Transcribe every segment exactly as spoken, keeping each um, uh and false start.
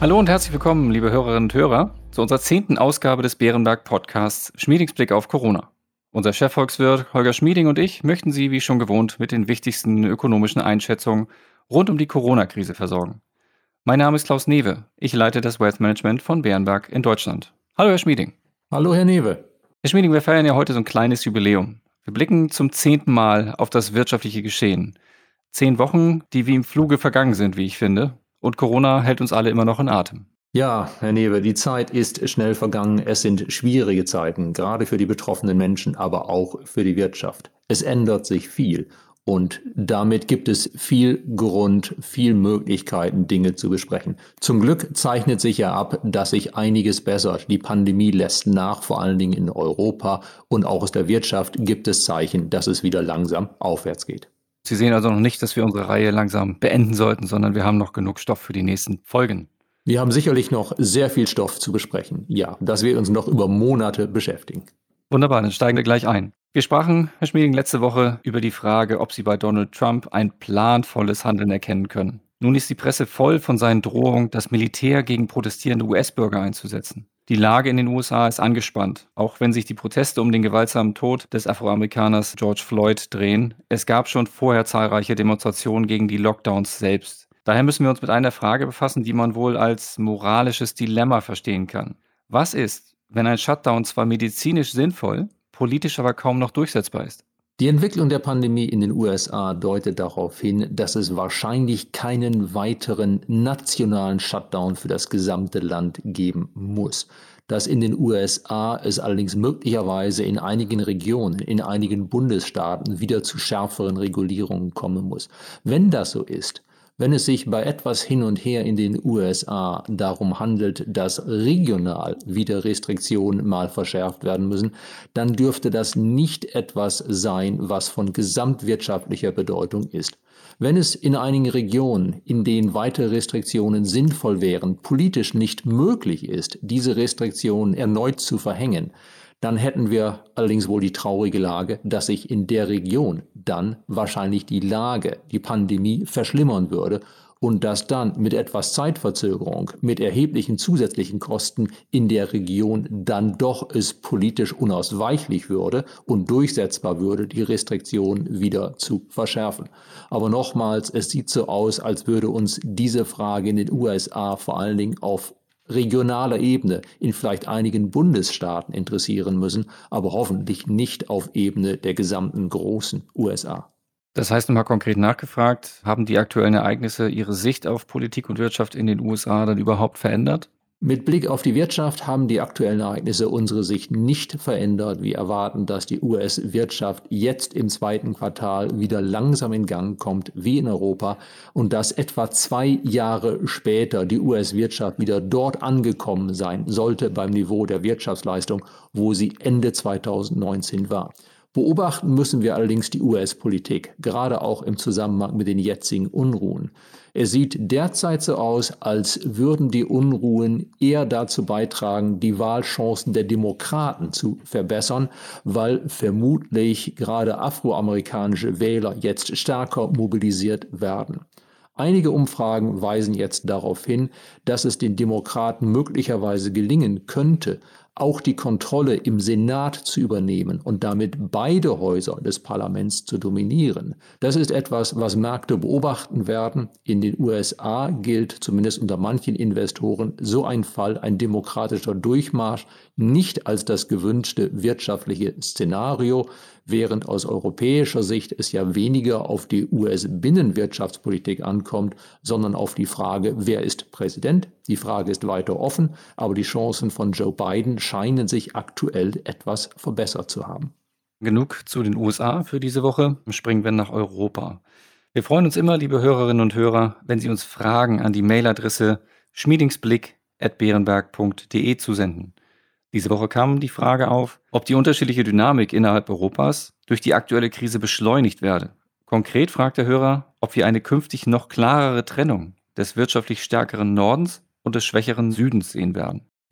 Hallo und herzlich willkommen, liebe Hörerinnen und Hörer, zu unserer zehnten Ausgabe des Bärenberg-Podcasts Schmiedings Blick auf Corona. Unser Chefvolkswirt Holger Schmieding und ich möchten Sie, wie schon gewohnt, mit den wichtigsten ökonomischen Einschätzungen rund um die Corona-Krise versorgen. Mein Name ist Klaus Newe. Ich leite das Wealth Management von Bärenberg in Deutschland. Hallo, Herr Schmieding. Hallo, Herr Newe. Herr Schmieding, wir feiern ja heute so ein kleines Jubiläum. Wir blicken zum zehnten Mal auf das wirtschaftliche Geschehen. Zehn Wochen, die wie im Fluge vergangen sind, wie ich finde. Und Corona hält uns alle immer noch in Atem. Ja, Herr Newe, die Zeit ist schnell vergangen. Es sind schwierige Zeiten, gerade für die betroffenen Menschen, aber auch für die Wirtschaft. Es ändert sich viel und damit gibt es viel Grund, viel Möglichkeiten, Dinge zu besprechen. Zum Glück zeichnet sich ja ab, dass sich einiges bessert. Die Pandemie lässt nach, vor allen Dingen in Europa, und auch aus der Wirtschaft gibt es Zeichen, dass es wieder langsam aufwärts geht. Sie sehen also noch nicht, dass wir unsere Reihe langsam beenden sollten, sondern wir haben noch genug Stoff für die nächsten Folgen. Wir haben sicherlich noch sehr viel Stoff zu besprechen. Ja, das wird uns noch über Monate beschäftigen. Wunderbar, dann steigen wir gleich ein. Wir sprachen, Herr Schmieding, letzte Woche über die Frage, ob Sie bei Donald Trump ein planvolles Handeln erkennen können. Nun ist die Presse voll von seinen Drohungen, das Militär gegen protestierende U S-Bürger einzusetzen. Die Lage in den U S A ist angespannt, auch wenn sich die Proteste um den gewaltsamen Tod des Afroamerikaners George Floyd drehen. Es gab schon vorher zahlreiche Demonstrationen gegen die Lockdowns selbst. Daher müssen wir uns mit einer Frage befassen, die man wohl als moralisches Dilemma verstehen kann. Was ist, wenn ein Shutdown zwar medizinisch sinnvoll, politisch aber kaum noch durchsetzbar ist? Die Entwicklung der Pandemie in den U S A deutet darauf hin, dass es wahrscheinlich keinen weiteren nationalen Shutdown für das gesamte Land geben muss. Dass in den U S A es allerdings möglicherweise in einigen Regionen, in einigen Bundesstaaten wieder zu schärferen Regulierungen kommen muss. Wenn das so ist, wenn es sich bei etwas hin und her in den U S A darum handelt, dass regional wieder Restriktionen mal verschärft werden müssen, dann dürfte das nicht etwas sein, was von gesamtwirtschaftlicher Bedeutung ist. Wenn es in einigen Regionen, in denen weitere Restriktionen sinnvoll wären, politisch nicht möglich ist, diese Restriktionen erneut zu verhängen, dann hätten wir allerdings wohl die traurige Lage, dass sich in der Region dann wahrscheinlich die Lage, die Pandemie verschlimmern würde und dass dann mit etwas Zeitverzögerung, mit erheblichen zusätzlichen Kosten in der Region dann doch es politisch unausweichlich würde und durchsetzbar würde, die Restriktionen wieder zu verschärfen. Aber nochmals, es sieht so aus, als würde uns diese Frage in den U S A vor allen Dingen auf regionaler Ebene in vielleicht einigen Bundesstaaten interessieren müssen, aber hoffentlich nicht auf Ebene der gesamten großen U S A. Das heißt, nochmal konkret nachgefragt, haben die aktuellen Ereignisse Ihre Sicht auf Politik und Wirtschaft in den U S A dann überhaupt verändert? Mit Blick auf die Wirtschaft haben die aktuellen Ereignisse unsere Sicht nicht verändert. Wir erwarten, dass die U S-Wirtschaft jetzt im zweiten Quartal wieder langsam in Gang kommt, wie in Europa, und dass etwa zwei Jahre später die U S-Wirtschaft wieder dort angekommen sein sollte beim Niveau der Wirtschaftsleistung, wo sie Ende zweitausendneunzehn war. Beobachten müssen wir allerdings die U S-Politik, gerade auch im Zusammenhang mit den jetzigen Unruhen. Es sieht derzeit so aus, als würden die Unruhen eher dazu beitragen, die Wahlchancen der Demokraten zu verbessern, weil vermutlich gerade afroamerikanische Wähler jetzt stärker mobilisiert werden. Einige Umfragen weisen jetzt darauf hin, dass es den Demokraten möglicherweise gelingen könnte, auch die Kontrolle im Senat zu übernehmen und damit beide Häuser des Parlaments zu dominieren. Das ist etwas, was Märkte beobachten werden. In den U S A gilt zumindest unter manchen Investoren so ein Fall, ein demokratischer Durchmarsch, nicht als das gewünschte wirtschaftliche Szenario, während aus europäischer Sicht es ja weniger auf die U S-Binnenwirtschaftspolitik ankommt, sondern auf die Frage, wer ist Präsident? Die Frage ist weiter offen, aber die Chancen von Joe Biden scheinen sich aktuell etwas verbessert zu haben. Genug zu den U S A für diese Woche. Springen wir nach Europa. Wir freuen uns immer, liebe Hörerinnen und Hörer, wenn Sie uns Fragen an die Mailadresse schmiedingsblick at bärenberg punkt de zusenden. Diese Woche kam die Frage auf, ob die unterschiedliche Dynamik innerhalb Europas durch die aktuelle Krise beschleunigt werde. Konkret fragt der Hörer, ob wir eine künftig noch klarere Trennung des wirtschaftlich stärkeren Nordens und des schwächeren Südens sehen werden.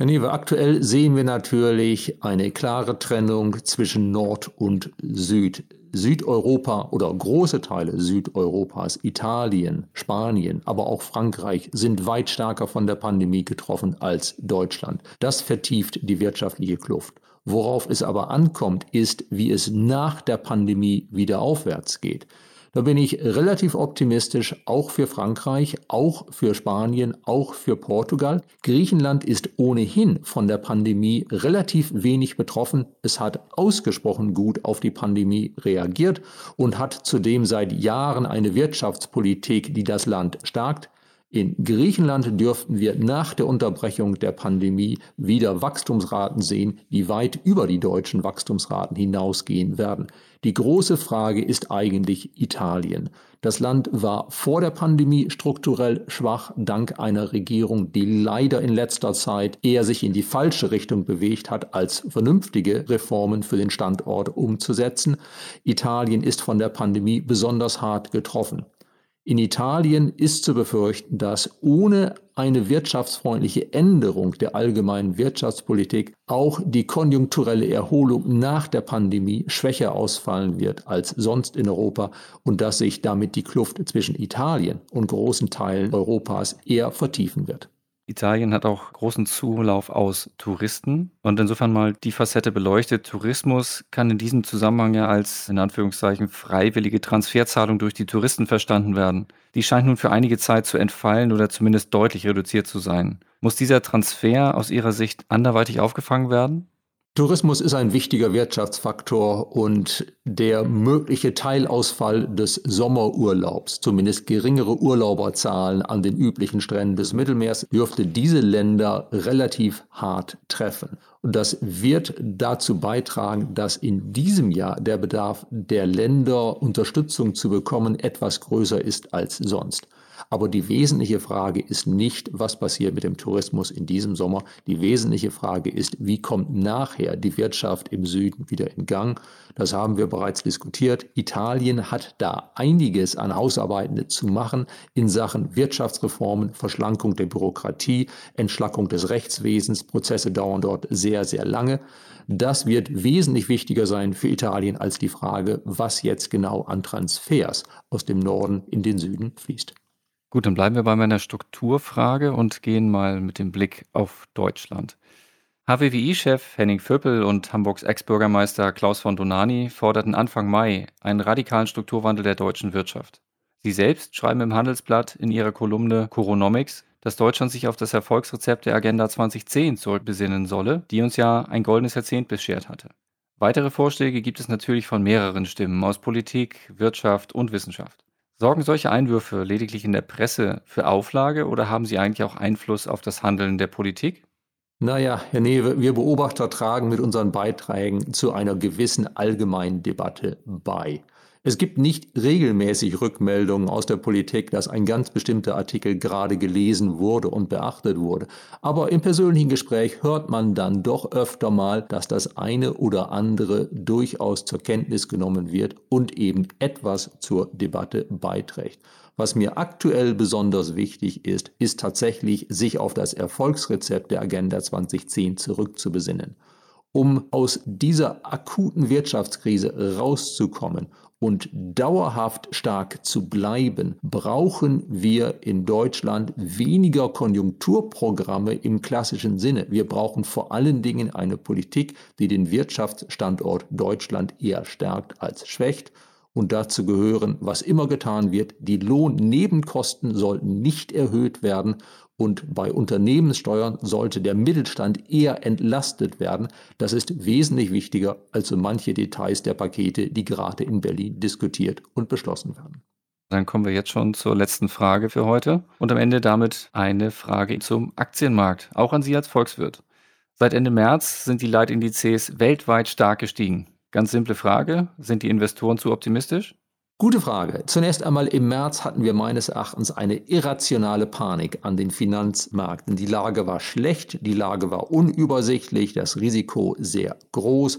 Herr Newe, aktuell sehen wir natürlich eine klare Trennung zwischen Nord und Süd. Südeuropa oder große Teile Südeuropas, Italien, Spanien, aber auch Frankreich sind weit stärker von der Pandemie getroffen als Deutschland. Das vertieft die wirtschaftliche Kluft. Worauf es aber ankommt, ist, wie es nach der Pandemie wieder aufwärts geht. Da bin ich relativ optimistisch, auch für Frankreich, auch für Spanien, auch für Portugal. Griechenland ist ohnehin von der Pandemie relativ wenig betroffen. Es hat ausgesprochen gut auf die Pandemie reagiert und hat zudem seit Jahren eine Wirtschaftspolitik, die das Land stärkt. In Griechenland dürften wir nach der Unterbrechung der Pandemie wieder Wachstumsraten sehen, die weit über die deutschen Wachstumsraten hinausgehen werden. Die große Frage ist eigentlich Italien. Das Land war vor der Pandemie strukturell schwach, dank einer Regierung, die leider in letzter Zeit eher sich in die falsche Richtung bewegt hat, als vernünftige Reformen für den Standort umzusetzen. Italien ist von der Pandemie besonders hart getroffen. In Italien ist zu befürchten, dass ohne eine wirtschaftsfreundliche Änderung der allgemeinen Wirtschaftspolitik auch die konjunkturelle Erholung nach der Pandemie schwächer ausfallen wird als sonst in Europa und dass sich damit die Kluft zwischen Italien und großen Teilen Europas eher vertiefen wird. Italien hat auch großen Zulauf aus Touristen und insofern mal die Facette beleuchtet. Tourismus kann in diesem Zusammenhang ja als, in Anführungszeichen, freiwillige Transferzahlung durch die Touristen verstanden werden. Die scheint nun für einige Zeit zu entfallen oder zumindest deutlich reduziert zu sein. Muss dieser Transfer aus Ihrer Sicht anderweitig aufgefangen werden? Tourismus ist ein wichtiger Wirtschaftsfaktor und der mögliche Teilausfall des Sommerurlaubs, zumindest geringere Urlauberzahlen an den üblichen Stränden des Mittelmeers, dürfte diese Länder relativ hart treffen. Und das wird dazu beitragen, dass in diesem Jahr der Bedarf der Länder, Unterstützung zu bekommen, etwas größer ist als sonst. Aber die wesentliche Frage ist nicht, was passiert mit dem Tourismus in diesem Sommer. Die wesentliche Frage ist, wie kommt nachher die Wirtschaft im Süden wieder in Gang? Das haben wir bereits diskutiert. Italien hat da einiges an Hausarbeiten zu machen in Sachen Wirtschaftsreformen, Verschlankung der Bürokratie, Entschlackung des Rechtswesens. Prozesse dauern dort sehr, sehr lange. Das wird wesentlich wichtiger sein für Italien als die Frage, was jetzt genau an Transfers aus dem Norden in den Süden fließt. Gut, dann bleiben wir bei meiner Strukturfrage und gehen mal mit dem Blick auf Deutschland. H W W I-Chef Henning Vöppel und Hamburgs Ex-Bürgermeister Klaus von Dohnanyi forderten Anfang Mai einen radikalen Strukturwandel der deutschen Wirtschaft. Sie selbst schreiben im Handelsblatt in ihrer Kolumne Coronomics, dass Deutschland sich auf das Erfolgsrezept der Agenda zwanzig zehn zurückbesinnen solle, die uns ja ein goldenes Jahrzehnt beschert hatte. Weitere Vorschläge gibt es natürlich von mehreren Stimmen aus Politik, Wirtschaft und Wissenschaft. Sorgen solche Einwürfe lediglich in der Presse für Auflage oder haben sie eigentlich auch Einfluss auf das Handeln der Politik? Naja, Herr Newe, wir Beobachter tragen mit unseren Beiträgen zu einer gewissen allgemeinen Debatte bei. Es gibt nicht regelmäßig Rückmeldungen aus der Politik, dass ein ganz bestimmter Artikel gerade gelesen wurde und beachtet wurde. Aber im persönlichen Gespräch hört man dann doch öfter mal, dass das eine oder andere durchaus zur Kenntnis genommen wird und eben etwas zur Debatte beiträgt. Was mir aktuell besonders wichtig ist, ist tatsächlich, sich auf das Erfolgsrezept der Agenda zwanzig zehn zurückzubesinnen. Um aus dieser akuten Wirtschaftskrise rauszukommen und dauerhaft stark zu bleiben, brauchen wir in Deutschland weniger Konjunkturprogramme im klassischen Sinne. Wir brauchen vor allen Dingen eine Politik, die den Wirtschaftsstandort Deutschland eher stärkt als schwächt. Und dazu gehören, was immer getan wird, die Lohnnebenkosten sollten nicht erhöht werden und bei Unternehmenssteuern sollte der Mittelstand eher entlastet werden. Das ist wesentlich wichtiger als so manche Details der Pakete, die gerade in Berlin diskutiert und beschlossen werden. Dann kommen wir jetzt schon zur letzten Frage für heute und am Ende damit eine Frage zum Aktienmarkt, auch an Sie als Volkswirt. Seit Ende März sind die Leitindizes weltweit stark gestiegen. Ganz simple Frage, sind die Investoren zu optimistisch? Gute Frage. Zunächst einmal im März hatten wir meines Erachtens eine irrationale Panik an den Finanzmärkten. Die Lage war schlecht, die Lage war unübersichtlich, das Risiko sehr groß.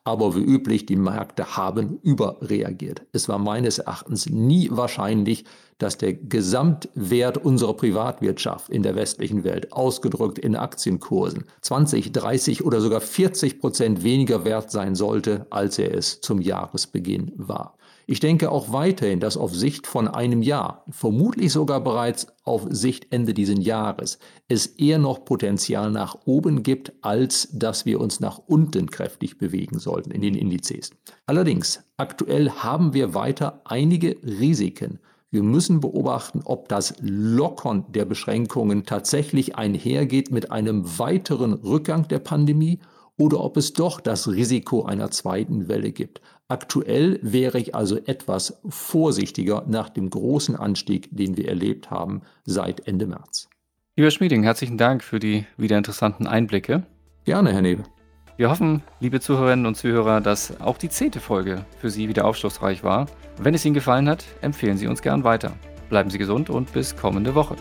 Aber wie üblich, die Märkte haben überreagiert. Es war meines Erachtens nie wahrscheinlich, dass der Gesamtwert unserer Privatwirtschaft in der westlichen Welt, ausgedrückt in Aktienkursen, zwanzig, dreißig oder sogar vierzig Prozent weniger wert sein sollte, als er es zum Jahresbeginn war. Ich denke auch weiterhin, dass auf Sicht von einem Jahr, vermutlich sogar bereits auf Sicht Ende dieses Jahres, es eher noch Potenzial nach oben gibt, als dass wir uns nach unten kräftig bewegen sollten in den Indizes. Allerdings, aktuell haben wir weiter einige Risiken. Wir müssen beobachten, ob das Lockern der Beschränkungen tatsächlich einhergeht mit einem weiteren Rückgang der Pandemie oder ob es doch das Risiko einer zweiten Welle gibt. Aktuell wäre ich also etwas vorsichtiger nach dem großen Anstieg, den wir erlebt haben seit Ende März. Lieber Schmieding, herzlichen Dank für die wieder interessanten Einblicke. Gerne, Herr Newe. Wir hoffen, liebe Zuhörerinnen und Zuhörer, dass auch die zehnte Folge für Sie wieder aufschlussreich war. Wenn es Ihnen gefallen hat, empfehlen Sie uns gern weiter. Bleiben Sie gesund und bis kommende Woche.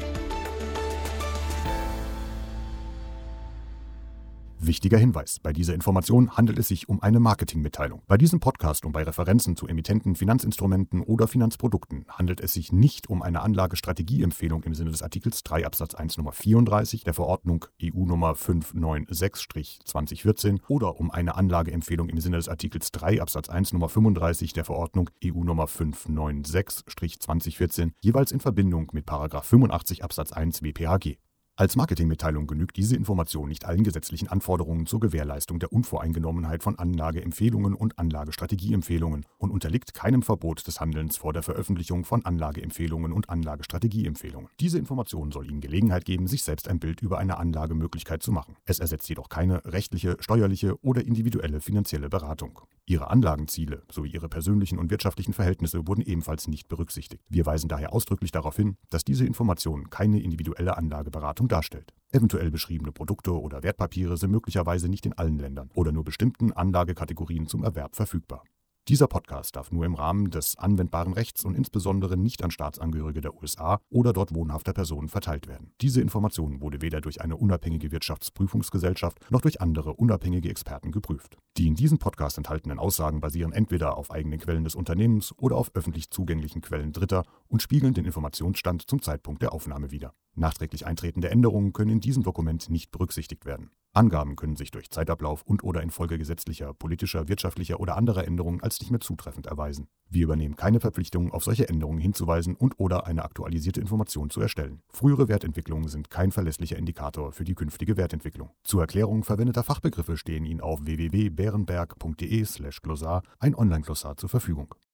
Wichtiger Hinweis: Bei dieser Information handelt es sich um eine Marketingmitteilung. Bei diesem Podcast und bei Referenzen zu emittenten Finanzinstrumenten oder Finanzprodukten handelt es sich nicht um eine Anlagestrategieempfehlung im Sinne des Artikels drei Absatz eins Nummer vierunddreißig der Verordnung E U Nummer fünf neun sechs zwanzig vierzehn oder um eine Anlageempfehlung im Sinne des Artikels drei Absatz eins Nummer fünfunddreißig der Verordnung E U Nummer fünf neun sechs zwanzig vierzehn, jeweils in Verbindung mit Paragraph fünfundachtzig Absatz eins W P H G. Als Marketingmitteilung genügt diese Information nicht allen gesetzlichen Anforderungen zur Gewährleistung der Unvoreingenommenheit von Anlageempfehlungen und Anlagestrategieempfehlungen und unterliegt keinem Verbot des Handelns vor der Veröffentlichung von Anlageempfehlungen und Anlagestrategieempfehlungen. Diese Information soll Ihnen Gelegenheit geben, sich selbst ein Bild über eine Anlagemöglichkeit zu machen. Es ersetzt jedoch keine rechtliche, steuerliche oder individuelle finanzielle Beratung. Ihre Anlagenziele sowie Ihre persönlichen und wirtschaftlichen Verhältnisse wurden ebenfalls nicht berücksichtigt. Wir weisen daher ausdrücklich darauf hin, dass diese Information keine individuelle Anlageberatung darstellt. Eventuell beschriebene Produkte oder Wertpapiere sind möglicherweise nicht in allen Ländern oder nur bestimmten Anlagekategorien zum Erwerb verfügbar. Dieser Podcast darf nur im Rahmen des anwendbaren Rechts und insbesondere nicht an Staatsangehörige der U S A oder dort wohnhafter Personen verteilt werden. Diese Information wurde weder durch eine unabhängige Wirtschaftsprüfungsgesellschaft noch durch andere unabhängige Experten geprüft. Die in diesem Podcast enthaltenen Aussagen basieren entweder auf eigenen Quellen des Unternehmens oder auf öffentlich zugänglichen Quellen Dritter und spiegeln den Informationsstand zum Zeitpunkt der Aufnahme wider. Nachträglich eintretende Änderungen können in diesem Dokument nicht berücksichtigt werden. Angaben können sich durch Zeitablauf und/oder infolge gesetzlicher, politischer, wirtschaftlicher oder anderer Änderungen als nicht mehr zutreffend erweisen. Wir übernehmen keine Verpflichtung, auf solche Änderungen hinzuweisen und/oder eine aktualisierte Information zu erstellen. Frühere Wertentwicklungen sind kein verlässlicher Indikator für die künftige Wertentwicklung. Zur Erklärung verwendeter Fachbegriffe stehen Ihnen auf w w w punkt bärenberg punkt d e slash glossar ein Online-Glossar zur Verfügung.